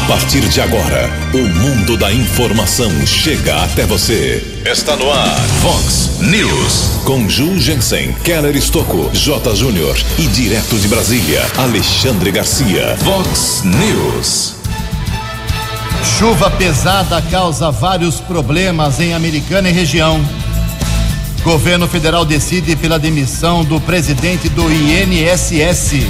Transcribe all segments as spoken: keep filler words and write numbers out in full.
A partir de agora, o mundo da informação chega até você. Está no ar, Vox News. Com Ju Jensen, Keller Estocco, J. Júnior e direto de Brasília, Alexandre Garcia. Vox News. Chuva pesada causa vários problemas em Americana e região. Governo federal decide pela demissão do presidente do I N S S.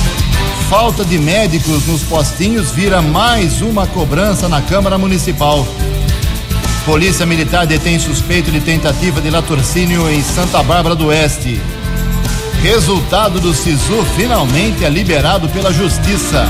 Falta de médicos nos postinhos vira mais uma cobrança na Câmara Municipal. Polícia Militar detém suspeito de tentativa de latrocínio em Santa Bárbara do Oeste. Resultado do SISU finalmente é liberado pela Justiça.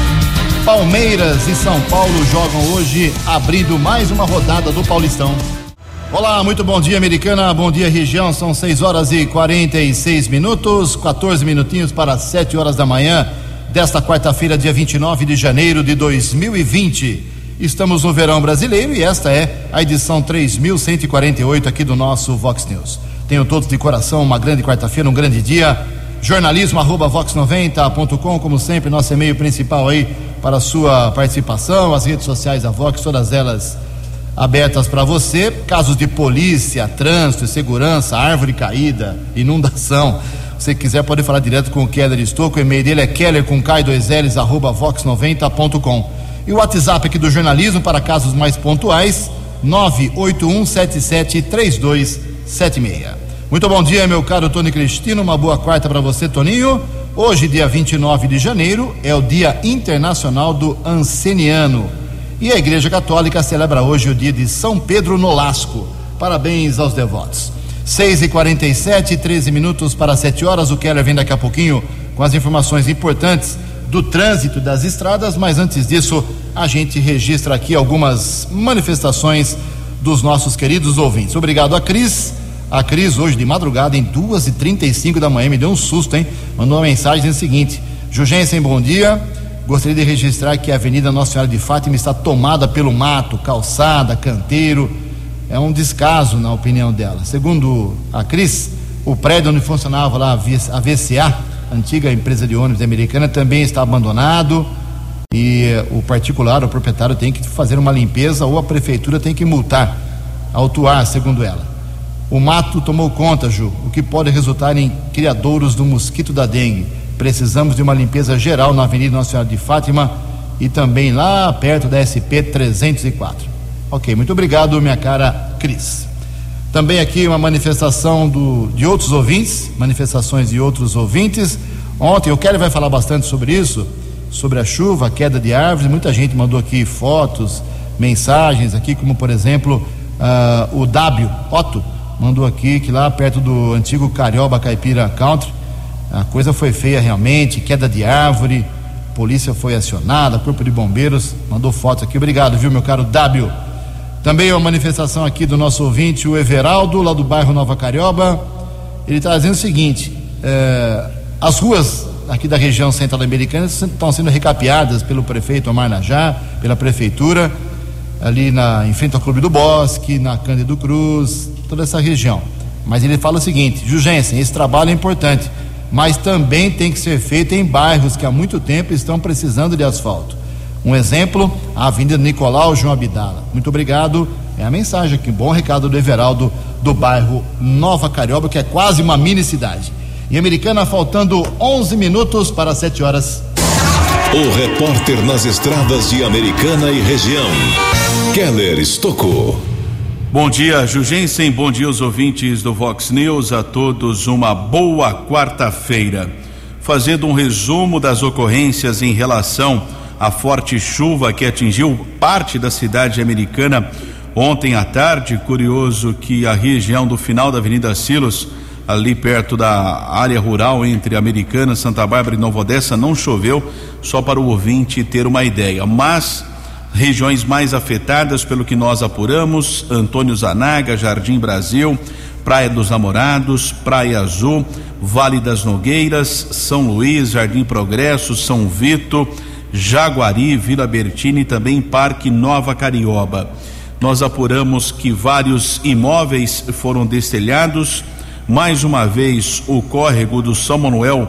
Palmeiras e São Paulo jogam hoje, abrindo mais uma rodada do Paulistão. Olá, muito bom dia, Americana, bom dia, região. São seis horas e quarenta e seis minutos, quatorze minutinhos para sete horas da manhã desta quarta-feira, dia vinte e nove de janeiro de dois mil e vinte. Estamos no verão brasileiro e esta é a edição três mil cento e quarenta e oito aqui do nosso Vox News. Tenham todos de coração uma grande quarta-feira, um grande dia. Jornalismo arroba vox noventa ponto com, como sempre, nosso e-mail principal aí para a sua participação, as redes sociais da Vox, todas elas abertas para você. Casos de polícia, trânsito, segurança, árvore caída, inundação. Se você quiser pode falar direto com o Keller Estocco, o e-mail dele é keller com K e dois L's arroba vox noventa ponto com. E o WhatsApp aqui do jornalismo para casos mais pontuais, nove oito um sete sete três dois sete seis. Muito bom dia, meu caro Tony Cristino, uma boa quarta para você, Toninho. Hoje, dia vinte e nove de janeiro, é o Dia Internacional do Anceniano. E a Igreja Católica celebra hoje o dia de São Pedro Nolasco. Parabéns aos devotos. seis e quarenta e sete, treze minutos para sete horas. O Keller vem daqui a pouquinho com as informações importantes do trânsito das estradas, mas antes disso, a gente registra aqui algumas manifestações dos nossos queridos ouvintes. Obrigado a Cris. A Cris, hoje de madrugada, em duas e trinta e cinco da manhã, me deu um susto, hein? Mandou uma mensagem dizendo o seguinte: Jugensen, bom dia. Gostaria de registrar que a Avenida Nossa Senhora de Fátima está tomada pelo mato, calçada, canteiro. É um descaso, na opinião dela. Segundo a Cris, o prédio onde funcionava lá a V C A, antiga empresa de ônibus americana, também está abandonado. E o particular, o proprietário, tem que fazer uma limpeza ou a prefeitura tem que multar, autuar, segundo ela. O mato tomou conta, Ju, o que pode resultar em criadouros do mosquito da dengue. Precisamos de uma limpeza geral na Avenida Nossa Senhora de Fátima e também lá perto da S P trezentos e quatro. Ok, muito obrigado, minha cara Cris. Também aqui uma manifestação do, de outros ouvintes, manifestações de outros ouvintes. Ontem o Kelly vai falar bastante sobre isso, sobre a chuva, a queda de árvores. Muita gente mandou aqui fotos, mensagens aqui, como por exemplo uh, o W, Otto, mandou aqui que lá perto do antigo Carioba Caipira Country, a coisa foi feia realmente, queda de árvore, polícia foi acionada, corpo de bombeiros, mandou fotos aqui. Obrigado, viu, meu caro W. Também uma manifestação aqui do nosso ouvinte, o Everaldo, lá do bairro Nova Carioba. Ele está dizendo o seguinte: é, as ruas aqui da região central americana estão sendo recapeadas pelo prefeito Omar Najá, pela prefeitura, ali na, em frente ao Clube do Bosque, na Cândido Cruz, toda essa região. Mas ele fala o seguinte: Jugensen, esse trabalho é importante, mas também tem que ser feito em bairros que há muito tempo estão precisando de asfalto. Um exemplo, a Avenida Nicolau João Abdala. Muito obrigado, é a mensagem aqui, um bom recado do Everaldo, do bairro Nova Carioba, que é quase uma mini cidade. Em Americana, faltando onze minutos para sete horas. O repórter nas estradas de Americana e região, Keller Estocco. Bom dia, Jugensen, bom dia aos ouvintes do Vox News, a todos uma boa quarta-feira. Fazendo um resumo das ocorrências em relação à forte chuva que atingiu parte da cidade americana ontem à tarde. Curioso que a região do final da Avenida Silos, ali perto da área rural entre Americana, Santa Bárbara e Nova Odessa, não choveu, só para o ouvinte ter uma ideia. Mas regiões mais afetadas, pelo que nós apuramos: Antônio Zanaga, Jardim Brasil, Praia dos Namorados, Praia Azul, Vale das Nogueiras, São Luís, Jardim Progresso, São Vito, Jaguari, Vila Bertini e também Parque Nova Carioba. Nós apuramos que vários imóveis foram destelhados. Mais uma vez, o córrego do São Manuel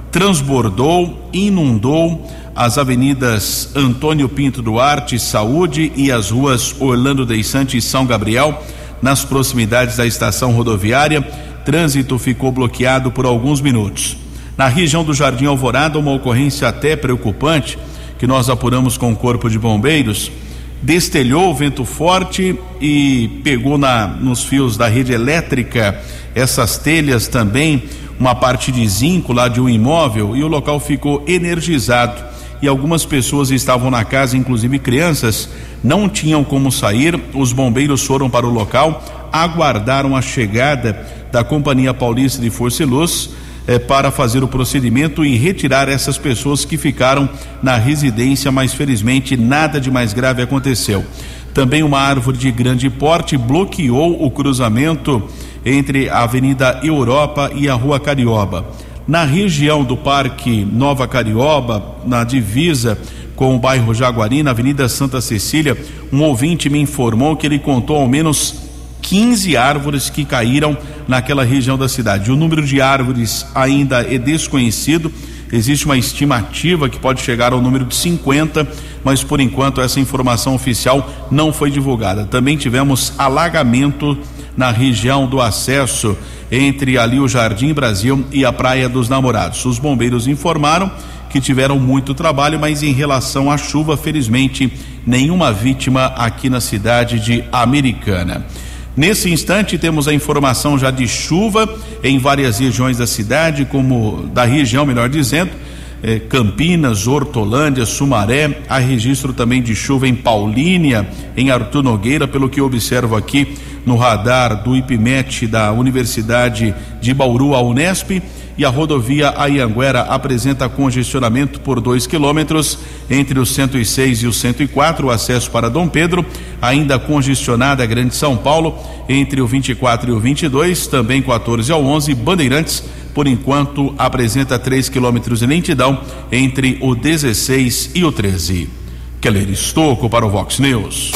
transbordou, inundou as avenidas Antônio Pinto Duarte, Saúde, e as ruas Orlando Deissante e São Gabriel, nas proximidades da estação rodoviária. Trânsito ficou bloqueado por alguns minutos. Na região do Jardim Alvorada, uma ocorrência até preocupante, que nós apuramos com o Corpo de Bombeiros. Destelhou o vento forte e pegou na, nos fios da rede elétrica, essas telhas também, uma parte de zinco lá de um imóvel, e o local ficou energizado. E algumas pessoas estavam na casa, inclusive crianças, não tinham como sair. Os bombeiros foram para o local, aguardaram a chegada da Companhia Paulista de Força e Luz eh, para fazer o procedimento e retirar essas pessoas que ficaram na residência, mas felizmente nada de mais grave aconteceu. Também uma árvore de grande porte bloqueou o cruzamento entre a Avenida Europa e a Rua Carioba. Na região do Parque Nova Carioba, na divisa com o bairro Jaguari, na Avenida Santa Cecília, um ouvinte me informou que ele contou ao menos quinze árvores que caíram naquela região da cidade. O número de árvores ainda é desconhecido. Existe uma estimativa que pode chegar ao número de cinquenta, mas por enquanto essa informação oficial não foi divulgada. Também tivemos alagamento na região do acesso entre ali o Jardim Brasil e a Praia dos Namorados. Os bombeiros informaram que tiveram muito trabalho, mas em relação à chuva, felizmente, nenhuma vítima aqui na cidade de Americana. Nesse instante temos a informação já de chuva em várias regiões da cidade, como da região, melhor dizendo, eh, Campinas, Hortolândia, Sumaré. Há registro também de chuva em Paulínia, em Arthur Nogueira, pelo que eu observo aqui no radar do IPMET da Universidade de Bauru, a Unesp. E a rodovia Anhanguera apresenta congestionamento por dois quilômetros entre o cento e seis e o cento e quatro, o acesso para Dom Pedro. Ainda congestionada a Grande São Paulo entre o vinte e quatro e o vinte e dois, também quatorze ao onze. Bandeirantes, por enquanto, apresenta três quilômetros de lentidão entre o dezesseis e o treze. Keller Estocco para o Vox News.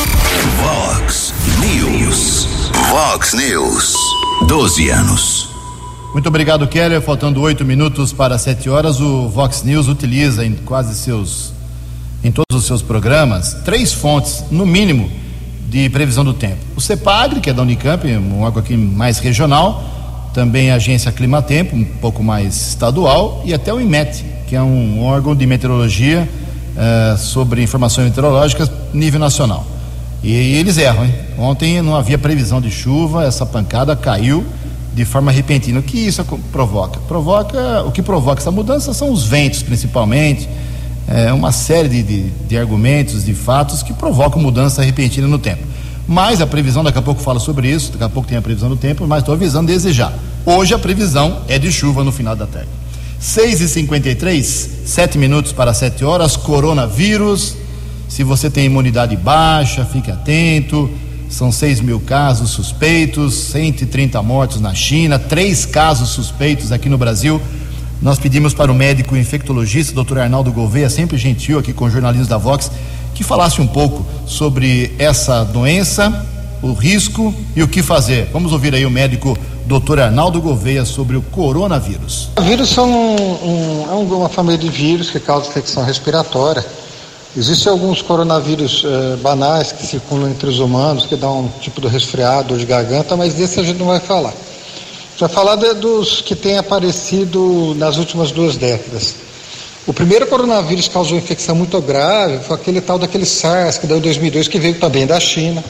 Vox News. Vox News. doze anos. Muito obrigado, Keller. Faltando oito minutos para sete horas, o Vox News utiliza em quase seus, em todos os seus programas, três fontes, no mínimo, de previsão do tempo. O CEPAGRE, que é da Unicamp, um órgão aqui mais regional, também a agência Climatempo, um pouco mais estadual, e até o IMET, que é um órgão de meteorologia uh, sobre informações meteorológicas nível nacional. E, e eles erram, hein? Ontem não havia previsão de chuva, essa pancada caiu de forma repentina. O que isso provoca? Provoca, o que provoca essa mudança são os ventos, principalmente, é, uma série de, de, de argumentos, de fatos que provocam mudança repentina no tempo. Mas a previsão, daqui a pouco fala sobre isso, daqui a pouco tem a previsão do tempo, mas estou avisando desde já. Hoje a previsão é de chuva no final da tarde. seis e cinquenta e três, sete minutos para sete horas, coronavírus. Se você tem imunidade baixa, fique atento. São seis mil casos suspeitos, cento e trinta mortos na China, três casos suspeitos aqui no Brasil. Nós pedimos para o médico infectologista, doutor Arnaldo Gouveia, sempre gentil aqui com os jornalistas da Vox, que falasse um pouco sobre essa doença, o risco e o que fazer. Vamos ouvir aí o médico doutor Arnaldo Gouveia sobre o coronavírus. O vírus são um, um, é uma família de vírus que causa infecção respiratória. Existem alguns coronavírus eh, banais que circulam entre os humanos, que dão um tipo de resfriado, dor de garganta, mas desse a gente não vai falar. A gente vai falar de, dos que têm aparecido nas últimas duas décadas. O primeiro coronavírus que causou infecção muito grave foi aquele tal daquele SARS, que deu em dois mil e dois, que veio também da China.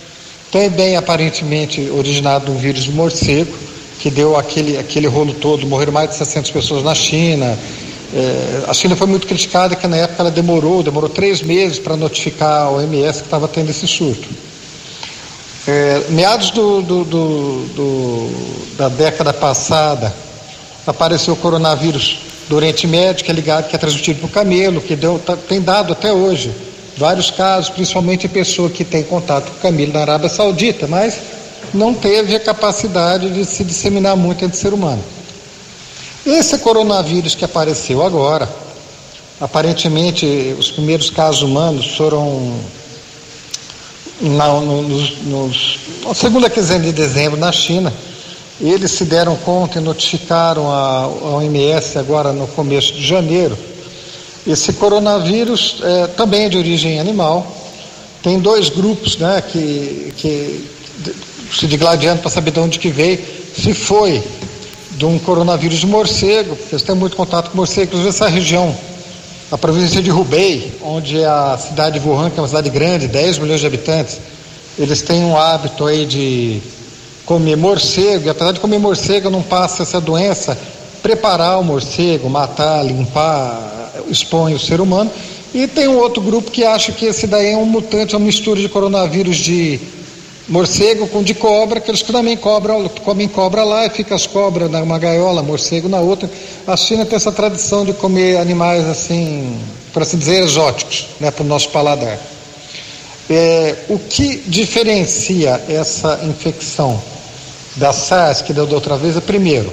Também aparentemente originado de um vírus do morcego, que deu aquele, aquele rolo todo, morreram mais de seiscentas pessoas na China. É, a China foi muito criticada, que na época ela demorou, demorou três meses para notificar a O M S que estava tendo esse surto. É, meados do, do, do, do, da década passada, apareceu o coronavírus do Oriente Médio, que é ligado, que é transmitido por camelo, que deu, tá, tem dado até hoje vários casos, principalmente em pessoa que tem contato com camelo na Arábia Saudita, mas não teve a capacidade de se disseminar muito entre o ser humano. Esse coronavírus que apareceu agora, aparentemente os primeiros casos humanos foram na, no, nos, nos, na segunda quinzena de dezembro na China, eles se deram conta e notificaram a, a O M S agora no começo de janeiro. Esse coronavírus é, também é de origem animal. Tem dois grupos, né, que, que se digladiando para saber de onde que veio, se foi de um coronavírus de morcego, porque eles têm muito contato com morcego. Inclusive essa região, a província de Hubei, onde é a cidade de Wuhan, que é uma cidade grande, dez milhões de habitantes, eles têm um hábito aí de comer morcego, e apesar de comer morcego não passa essa doença, preparar o morcego, matar, limpar, expõe o ser humano. E tem um outro grupo que acha que esse daí é um mutante, uma mistura de coronavírus de morcego com de cobra, que eles também cobram, comem cobra lá e fica as cobras numa gaiola, morcego na outra. A China tem essa tradição de comer animais assim, por assim dizer, exóticos, né, para o nosso paladar. É, o que diferencia essa infecção da SARS, que deu da outra vez, é primeiro,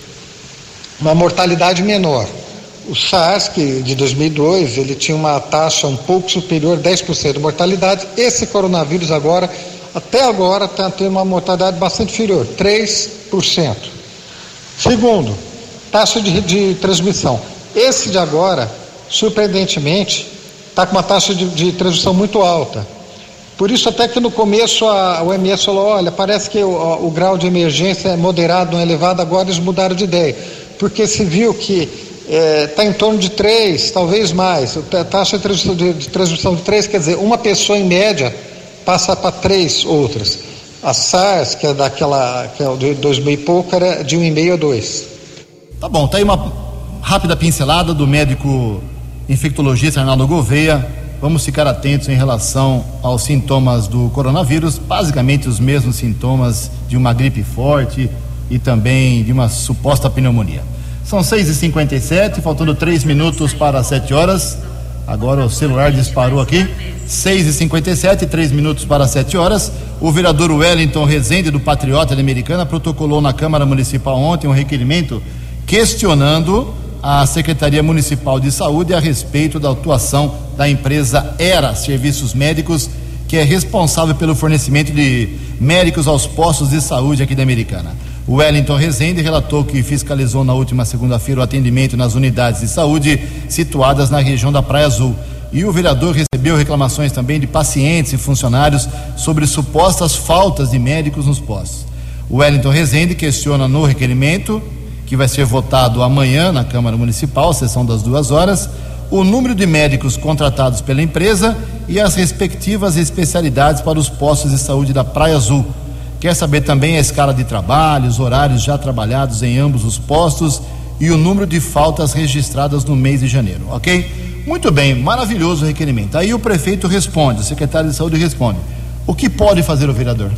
uma mortalidade menor. O SARS, que de dois mil e dois, ele tinha uma taxa um pouco superior, dez por cento de mortalidade. Esse coronavírus agora, até agora, está tendo uma mortalidade bastante inferior, três por cento. Segundo, taxa de, de transmissão. Esse de agora, surpreendentemente, está com uma taxa de, de transmissão muito alta. Por isso até que no começo a, a O M S falou, olha, parece que o, o grau de emergência é moderado, não é elevado, agora eles mudaram de ideia. Porque se viu que está é, em torno de três, talvez mais. A taxa de transmissão de, de transmissão de três, quer dizer, uma pessoa em média passa para três outras. A SARS, que é daquela, que é de dois mil e pouco, era de um e meio a dois. Tá bom, tá aí uma rápida pincelada do médico infectologista Arnaldo Gouveia. Vamos ficar atentos em relação aos sintomas do coronavírus, basicamente os mesmos sintomas de uma gripe forte e também de uma suposta pneumonia. São seis e cinquenta e sete, faltando três minutos para sete horas. Agora o celular disparou aqui. seis e cinquenta e sete, três minutos para sete horas. O vereador Wellington Rezende, do Patriota de Americana, protocolou na Câmara Municipal ontem um requerimento questionando a Secretaria Municipal de Saúde a respeito da atuação da empresa Era Serviços Médicos, que é responsável pelo fornecimento de médicos aos postos de saúde aqui da Americana. O Wellington Rezende relatou que fiscalizou na última segunda-feira o atendimento nas unidades de saúde situadas na região da Praia Azul. E o vereador recebeu reclamações também de pacientes e funcionários sobre supostas faltas de médicos nos postos. O Wellington Rezende questiona no requerimento, que vai ser votado amanhã na Câmara Municipal, sessão das duas horas, o número de médicos contratados pela empresa e as respectivas especialidades para os postos de saúde da Praia Azul. Quer saber também a escala de trabalho, os horários já trabalhados em ambos os postos e o número de faltas registradas no mês de janeiro, ok? Muito bem, maravilhoso o requerimento. Aí o prefeito responde, o secretário de saúde responde. O que pode fazer o vereador?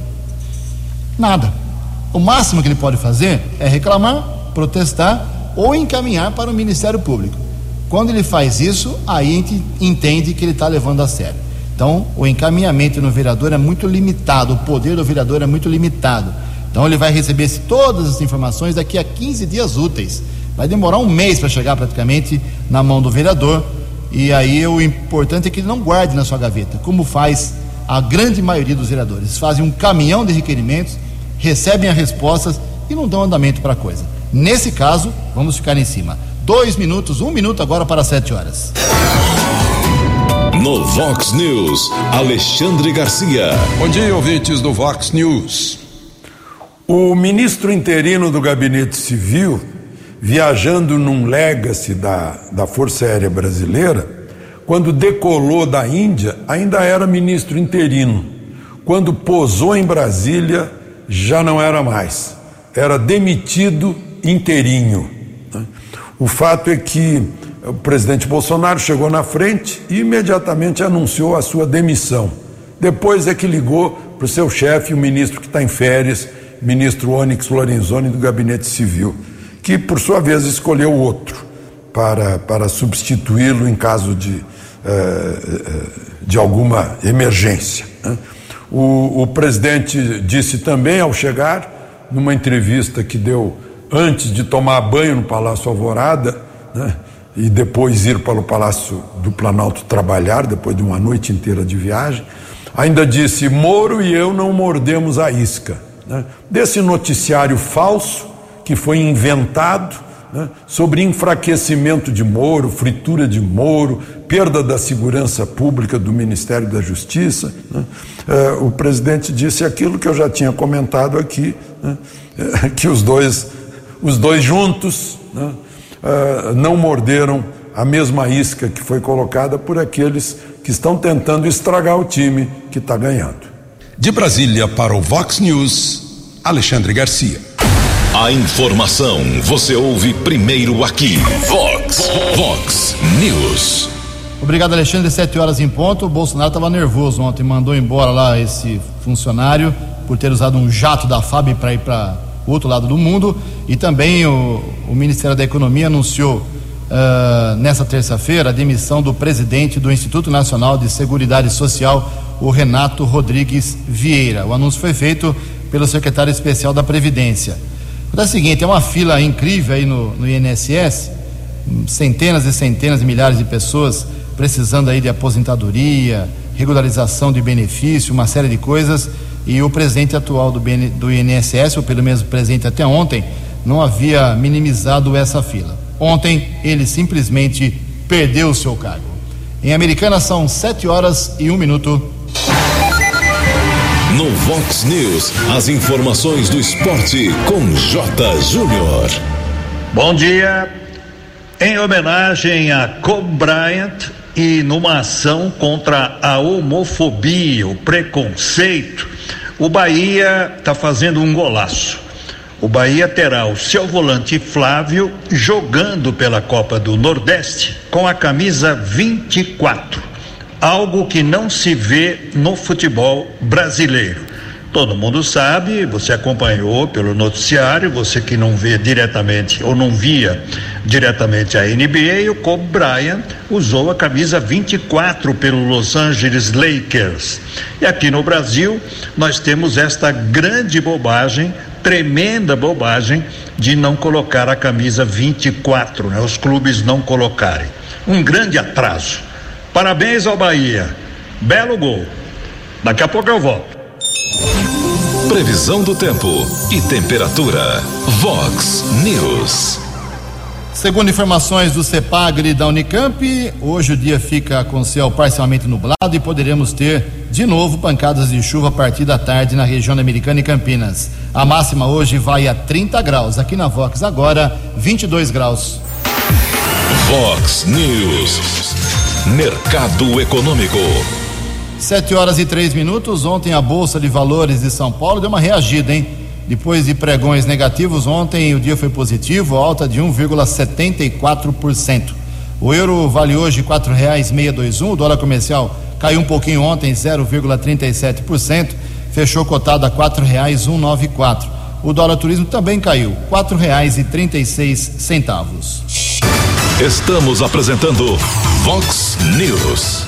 Nada. O máximo que ele pode fazer é reclamar, protestar ou encaminhar para o Ministério Público. Quando ele faz isso, aí a gente entende que ele está levando a sério. Então, o encaminhamento no vereador é muito limitado, o poder do vereador é muito limitado. Então, ele vai receber todas as informações daqui a quinze dias úteis. Vai demorar um mês para chegar praticamente na mão do vereador. E aí, o importante é que ele não guarde na sua gaveta, como faz a grande maioria dos vereadores. Fazem um caminhão de requerimentos, recebem as respostas e não dão andamento para a coisa. Nesse caso, vamos ficar em cima. Dois minutos, um minuto agora para sete horas. No Vox News, Alexandre Garcia. Bom dia, ouvintes do Vox News. O ministro interino do Gabinete Civil, viajando num Legacy da, da Força Aérea Brasileira, quando decolou da Índia, ainda era ministro interino. Quando pousou em Brasília, já não era mais. Era demitido inteirinho. O fato é que o presidente Bolsonaro chegou na frente e imediatamente anunciou a sua demissão. Depois é que ligou para o seu chefe, o ministro que está em férias, ministro Onyx Lorenzoni, do Gabinete Civil, que por sua vez escolheu outro para, para substituí-lo em caso de, de alguma emergência. O, o presidente disse também ao chegar, numa entrevista que deu antes de tomar banho no Palácio Alvorada, né, e depois ir para o Palácio do Planalto trabalhar, depois de uma noite inteira de viagem, ainda disse: Moro e eu não mordemos a isca. né, desse noticiário falso que foi inventado, né, sobre enfraquecimento de Moro, fritura de Moro, perda da segurança pública do Ministério da Justiça, né. É, o presidente disse aquilo que eu já tinha comentado aqui, né, é, que os dois, os dois juntos, né, é, não morderam a mesma isca que foi colocada por aqueles que estão tentando estragar o time que está ganhando. De Brasília para o Vox News, Alexandre Garcia. A informação você ouve primeiro aqui. Vox, Vox News. Obrigado, Alexandre. Sete horas em ponto. O Bolsonaro estava nervoso ontem, mandou embora lá esse funcionário por ter usado um jato da F A B para ir para o outro lado do mundo. E também o, o Ministério da Economia anunciou uh, nessa terça-feira a demissão do presidente do Instituto Nacional de Seguridade Social, o Renato Rodrigues Vieira. O anúncio foi feito pelo secretário especial da Previdência. É o seguinte, é uma fila incrível aí no, no I N S S, centenas e centenas de milhares de pessoas precisando aí de aposentadoria, regularização de benefício, uma série de coisas, e o presidente atual do, B N, do I N S S, ou pelo menos o presidente até ontem, não havia minimizado essa fila. Ontem ele simplesmente perdeu o seu cargo. Em Americana são sete horas e um minuto. No Vox News, as informações do esporte com J. Júnior. Bom dia. Em homenagem a Kobe Bryant e numa ação contra a homofobia, o preconceito, o Bahia está fazendo um golaço. O Bahia terá o seu volante Flávio jogando pela Copa do Nordeste com a camisa vinte e quatro. Algo que não se vê no futebol brasileiro. Todo mundo sabe, você acompanhou pelo noticiário, você que não vê diretamente ou não via diretamente a N B A, o Kobe Bryant usou a camisa vinte e quatro pelo Los Angeles Lakers. E aqui no Brasil nós temos esta grande bobagem, tremenda bobagem de não colocar a camisa vinte e quatro, né? Os clubes não colocarem. Um grande atraso. Parabéns ao Bahia. Belo gol. Daqui a pouco eu volto. Previsão do tempo e temperatura. Vox News. Segundo informações do CEPAGRE da Unicamp, hoje o dia fica com céu parcialmente nublado e poderemos ter de novo pancadas de chuva a partir da tarde na região da Americana e Campinas. A máxima hoje vai a trinta graus. Aqui na Vox agora, vinte e dois graus. Vox News. Mercado Econômico. Sete horas e três minutos. Ontem a Bolsa de Valores de São Paulo deu uma reagida, hein? Depois de pregões negativos, ontem o dia foi positivo, alta de um vírgula setenta e quatro por cento. O euro vale hoje quatro reais seiscentos e vinte e um, o dólar comercial caiu um pouquinho ontem, zero vírgula trinta e sete por cento, fechou cotado a quatro reais cento e noventa e quatro. O dólar turismo também caiu, quatro reais e trinta e seis centavos. Estamos apresentando Vox News.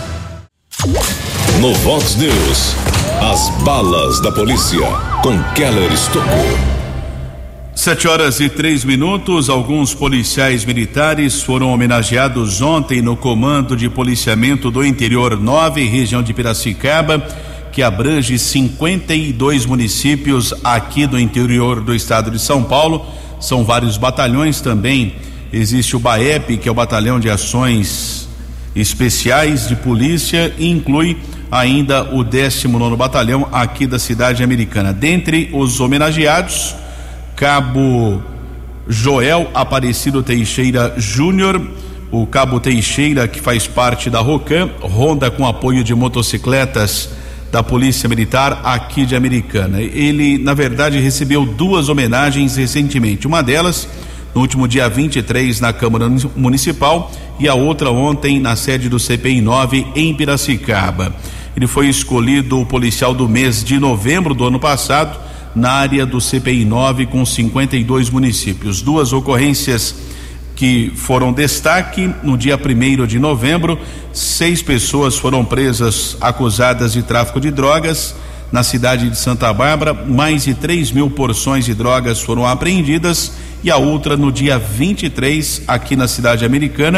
No Vox News, as balas da polícia com Keller Estocou. Sete horas e três minutos. Alguns policiais militares foram homenageados ontem no Comando de Policiamento do Interior nove, região de Piracicaba, que abrange cinquenta e dois municípios aqui do interior do estado de São Paulo. São vários batalhões também. Existe o BAEP, que é o Batalhão de Ações Especiais de Polícia, e inclui ainda o décimo nono Batalhão aqui da cidade americana. Dentre os homenageados, Cabo Joel Aparecido Teixeira Júnior, o Cabo Teixeira, que faz parte da ROCAM, ronda com apoio de motocicletas da Polícia Militar aqui de Americana. Ele, na verdade, recebeu duas homenagens recentemente. Uma delas no último dia vinte e três na Câmara Municipal e a outra ontem na sede do C P I nove em Piracicaba. Ele foi escolhido o policial do mês de novembro do ano passado na área do C P I nove com cinquenta e dois municípios. Duas ocorrências que foram destaque: no dia primeiro de novembro, seis pessoas foram presas acusadas de tráfico de drogas na cidade de Santa Bárbara, mais de três mil porções de drogas foram apreendidas. E a outra no dia vinte e três, aqui na cidade americana,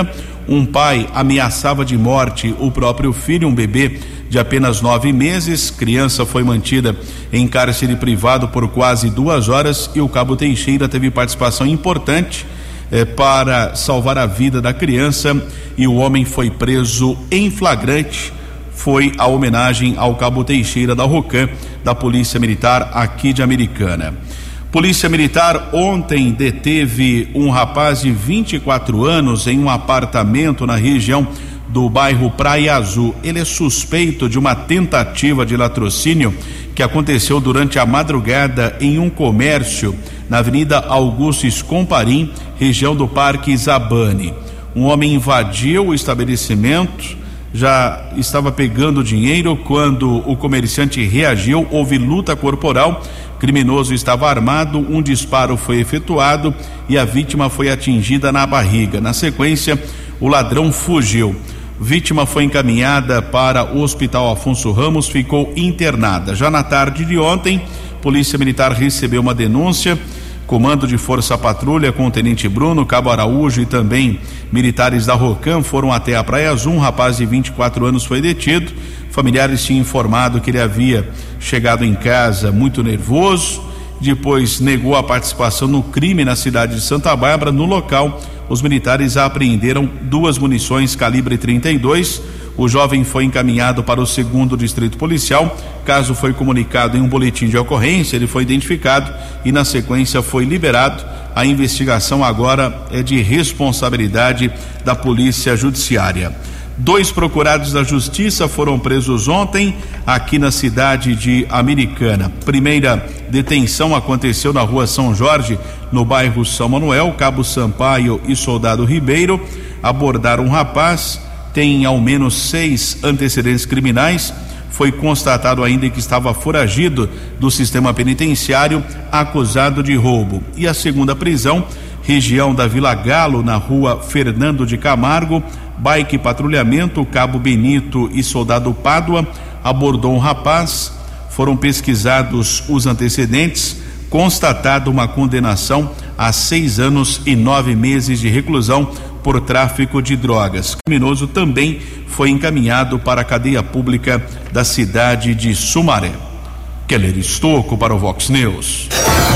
Um pai ameaçava de morte o próprio filho, um bebê de apenas nove meses. Criança foi mantida em cárcere privado por quase duas horas e o cabo Teixeira teve participação importante eh, para salvar a vida da criança, e o homem foi preso em flagrante. Foi a homenagem ao cabo Teixeira da Rocan, da Polícia Militar aqui de Americana. Polícia Militar ontem deteve um rapaz de vinte e quatro anos em um apartamento na região do bairro Praia Azul. Ele é suspeito de uma tentativa de latrocínio que aconteceu durante a madrugada em um comércio na Avenida Augusto Escomparim, região do Parque Zabane. Um homem invadiu o estabelecimento, já estava pegando dinheiro quando o comerciante reagiu, houve luta corporal, o criminoso estava armado, um disparo foi efetuado e a vítima foi atingida na barriga. Na sequência, o ladrão fugiu. Vítima foi encaminhada para o Hospital Afonso Ramos, ficou internada. Já na tarde de ontem, Polícia Militar recebeu uma denúncia. Comando de Força Patrulha com o Tenente Bruno, Cabo Araújo e também militares da Rocan foram até a Praia Azul. Um rapaz de vinte e quatro anos foi detido. Familiares tinham informado que ele havia chegado em casa muito nervoso, depois negou a participação no crime na cidade de Santa Bárbara. No local, os militares apreenderam duas munições calibre trinta e dois. O jovem foi encaminhado para o segundo distrito policial. Caso foi comunicado em um boletim de ocorrência, ele foi identificado e na sequência foi liberado. A investigação agora é de responsabilidade da Polícia Judiciária. Dois procurados da Justiça foram presos ontem aqui na cidade de Americana. Primeira detenção aconteceu na rua São Jorge, no bairro São Manuel. Cabo Sampaio e Soldado Ribeiro abordaram um rapaz, tem ao menos seis antecedentes criminais. Foi constatado ainda que estava foragido do sistema penitenciário, acusado de roubo. E a segunda prisão, região da Vila Galo, na rua Fernando de Camargo, bike patrulhamento, Cabo Benito e Soldado Pádua abordou um rapaz. Foram pesquisados os antecedentes, constatado uma condenação a seis anos e nove meses de reclusão por tráfico de drogas. O criminoso também foi encaminhado para a cadeia pública da cidade de Sumaré. Keller Estocco para o Vox News.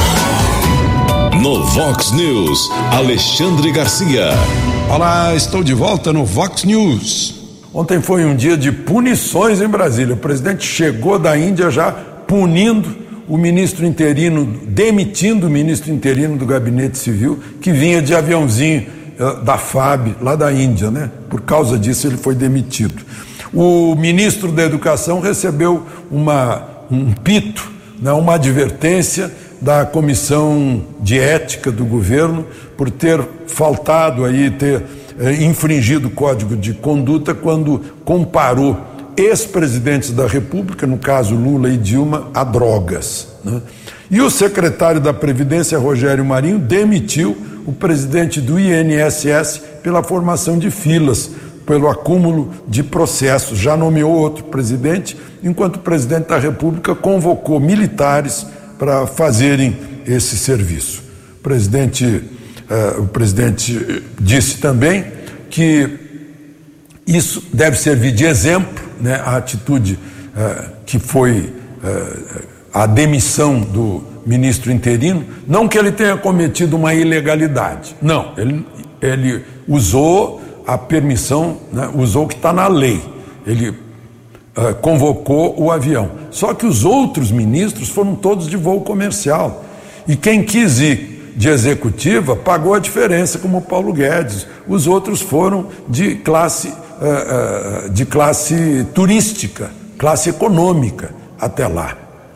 No Vox News, Alexandre Garcia. Olá, estou de volta no Vox News. Ontem foi um dia de punições em Brasília. O presidente chegou da Índia já punindo o ministro interino, demitindo o ministro interino do Gabinete Civil, que vinha de aviãozinho da F A B, lá da Índia, né? Por causa disso ele foi demitido. O ministro da Educação recebeu uma, um pito, né? Uma advertência da Comissão de Ética do governo por ter faltado aí, ter eh, infringido o Código de Conduta quando comparou ex-presidentes da República, no caso Lula e Dilma, a drogas, né? E o secretário da Previdência, Rogério Marinho, demitiu o presidente do I N S S pela formação de filas, pelo acúmulo de processos. Já nomeou outro presidente, enquanto o presidente da República convocou militares para fazerem esse serviço. O presidente, eh, o presidente disse também que isso deve servir de exemplo, né, a atitude eh, que foi eh, a demissão do ministro interino, não que ele tenha cometido uma ilegalidade, não, ele, ele usou a permissão, né, usou o que está na lei, ele uh, convocou o avião, só que os outros ministros foram todos de voo comercial, e quem quis ir de executiva pagou a diferença, como o Paulo Guedes, os outros foram de classe, uh, uh, de classe turística, classe econômica até lá.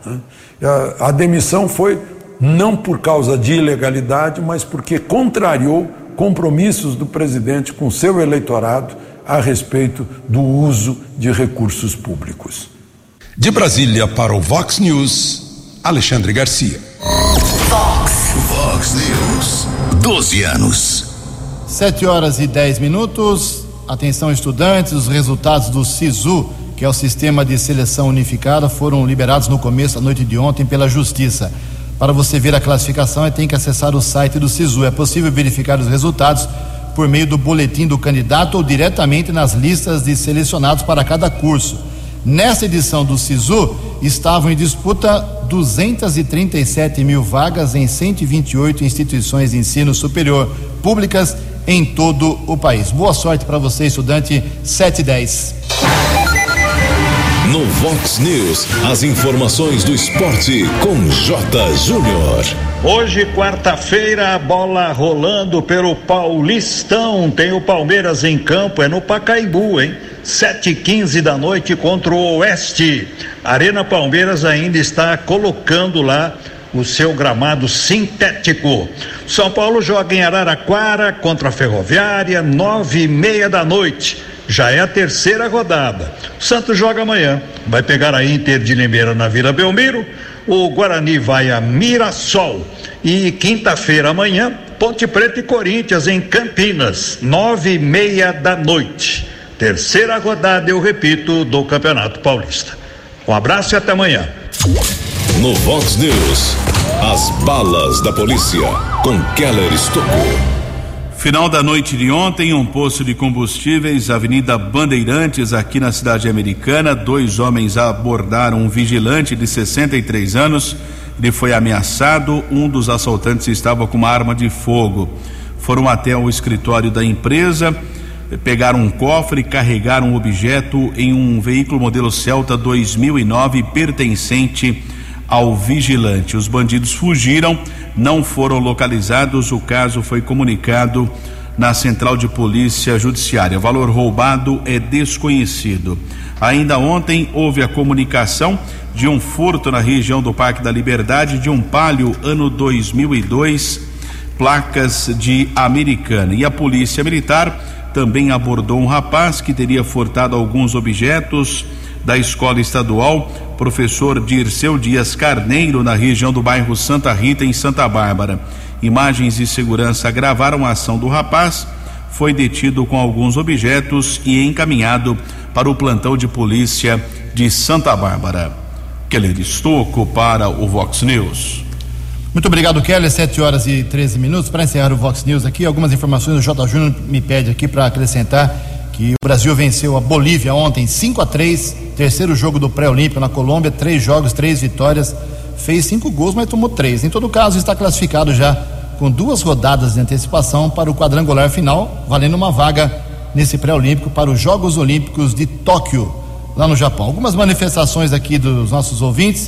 A demissão foi não por causa de ilegalidade, mas porque contrariou compromissos do presidente com seu eleitorado a respeito do uso de recursos públicos. De Brasília para o Vox News, Alexandre Garcia. Vox. Vox News. doze anos. Sete horas e dez minutos. Atenção, estudantes, os resultados do SISU, que é o Sistema de Seleção Unificada, foram liberados no começo da noite de ontem pela Justiça. Para você ver a classificação, tem que acessar o site do SISU. É possível verificar os resultados por meio do boletim do candidato ou diretamente nas listas de selecionados para cada curso. Nessa edição do SISU, estavam em disputa duzentas e trinta e sete mil vagas em cento e vinte e oito instituições de ensino superior públicas em todo o país. Boa sorte para você, estudante. Sete e dez. No Vox News, as informações do esporte com J. Júnior. Hoje, quarta-feira, a bola rolando pelo Paulistão. Tem o Palmeiras em campo, é no Pacaembu, hein? sete e quinze da noite contra o Oeste. Arena Palmeiras ainda está colocando lá o seu gramado sintético. São Paulo joga em Araraquara contra a Ferroviária, nove e meia da noite. Já é a terceira rodada. O Santos joga amanhã. Vai pegar a Inter de Limeira na Vila Belmiro. O Guarani vai a Mirassol. E quinta-feira amanhã, Ponte Preta e Corinthians em Campinas, nove e meia da noite. Terceira rodada, eu repito, do Campeonato Paulista. Um abraço e até amanhã. No Vox News, as balas da polícia com Keller Estocou. Final da noite de ontem, um posto de combustíveis, Avenida Bandeirantes, aqui na cidade americana. Dois homens abordaram um vigilante de sessenta e três anos. Ele foi ameaçado. Um dos assaltantes estava com uma arma de fogo. Foram até o escritório da empresa, pegaram um cofre e carregaram um objeto em um veículo modelo Celta dois mil e nove pertencente ao vigilante. Os bandidos fugiram, não foram localizados. O caso foi comunicado na Central de Polícia Judiciária. O valor roubado é desconhecido. Ainda ontem houve a comunicação de um furto na região do Parque da Liberdade de um Palio ano dois mil e dois, placas de Americana. E a Polícia Militar também abordou um rapaz que teria furtado alguns objetos da escola estadual Professor Dirceu Dias Carneiro, na região do bairro Santa Rita, em Santa Bárbara. Imagens de segurança gravaram a ação do rapaz. Foi detido com alguns objetos e encaminhado para o plantão de polícia de Santa Bárbara. Keller Estocco para o Vox News. Muito obrigado, Keller. sete horas e treze minutos. Para encerrar o Vox News aqui, algumas informações. O J. Júnior me pede aqui para acrescentar que o Brasil venceu a Bolívia ontem cinco a três, terceiro jogo do pré-olímpico na Colômbia, três jogos, três vitórias, fez cinco gols, mas tomou três. Em todo caso, está classificado já com duas rodadas de antecipação para o quadrangular final, valendo uma vaga nesse pré-olímpico para os Jogos Olímpicos de Tóquio, lá no Japão. Algumas manifestações aqui dos nossos ouvintes.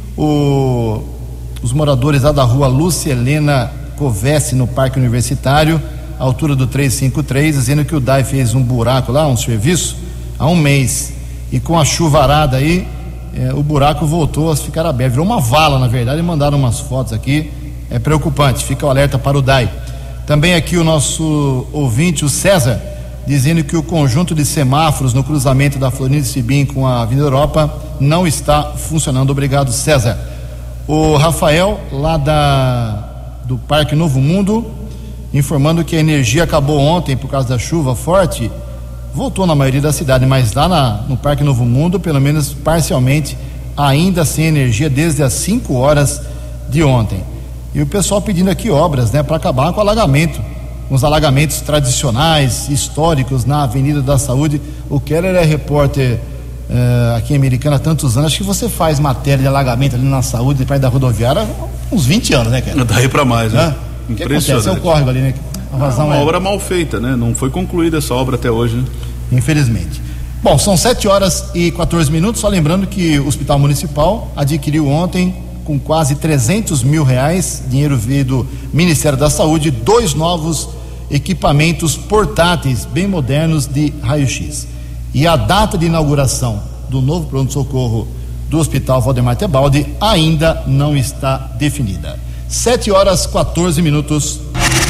O, os moradores lá da rua Lúcia Helena Covesse, no Parque Universitário, à altura do trezentos e cinquenta e três, dizendo que o D A I fez um buraco lá, um serviço, há um mês, e com a chuvarada aí, eh, o buraco voltou a ficar aberto, virou uma vala, na verdade, e mandaram umas fotos aqui. É preocupante, fica o alerta para o D A I. Também aqui o nosso ouvinte, o César, dizendo que o conjunto de semáforos no cruzamento da Florindo Sibim com a Avenida Europa não está funcionando. Obrigado, César. O Rafael, lá da, do Parque Novo Mundo, informando que a energia acabou ontem por causa da chuva forte. Voltou na maioria da cidade, mas lá na, no Parque Novo Mundo, pelo menos parcialmente, ainda sem energia desde as cinco horas de ontem. E o pessoal pedindo aqui obras, né, para acabar com o alagamento, com os alagamentos tradicionais, históricos na Avenida da Saúde. O Keller é repórter uh, aqui em Americana há tantos anos. Acho que você faz matéria de alagamento ali na Saúde, perto da rodoviária, uns vinte anos, né, Keller? Daí para mais, né? O que acontece? É o córrego ali, né? A razão é uma é... obra mal feita, né? Não foi concluída essa obra até hoje, né? Infelizmente. Bom, são sete horas e quatorze minutos. Só lembrando que o Hospital Municipal adquiriu ontem, com quase trezentos mil reais, dinheiro veio do Ministério da Saúde, dois novos equipamentos portáteis bem modernos de raio-x. E a data de inauguração do novo pronto-socorro do Hospital Valdemar Tebaldi ainda não está definida. sete horas e quatorze minutos.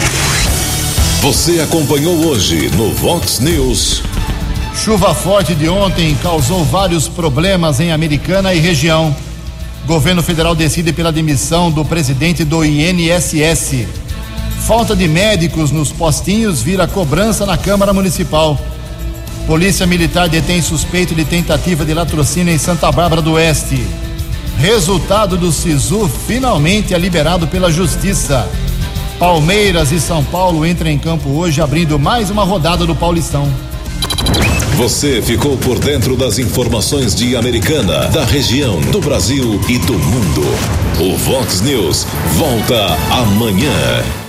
Você acompanhou hoje no Vox News. Chuva forte de ontem causou vários problemas em Americana e região. Governo federal decide pela demissão do presidente do I N S S. Falta de médicos nos postinhos vira cobrança na Câmara Municipal. Polícia Militar detém suspeito de tentativa de latrocínio em Santa Bárbara do Oeste. Resultado do SISU finalmente é liberado pela Justiça. Palmeiras e São Paulo entram em campo hoje, abrindo mais uma rodada do Paulistão. Você ficou por dentro das informações de Americana, da região, do Brasil e do mundo. O Vox News volta amanhã.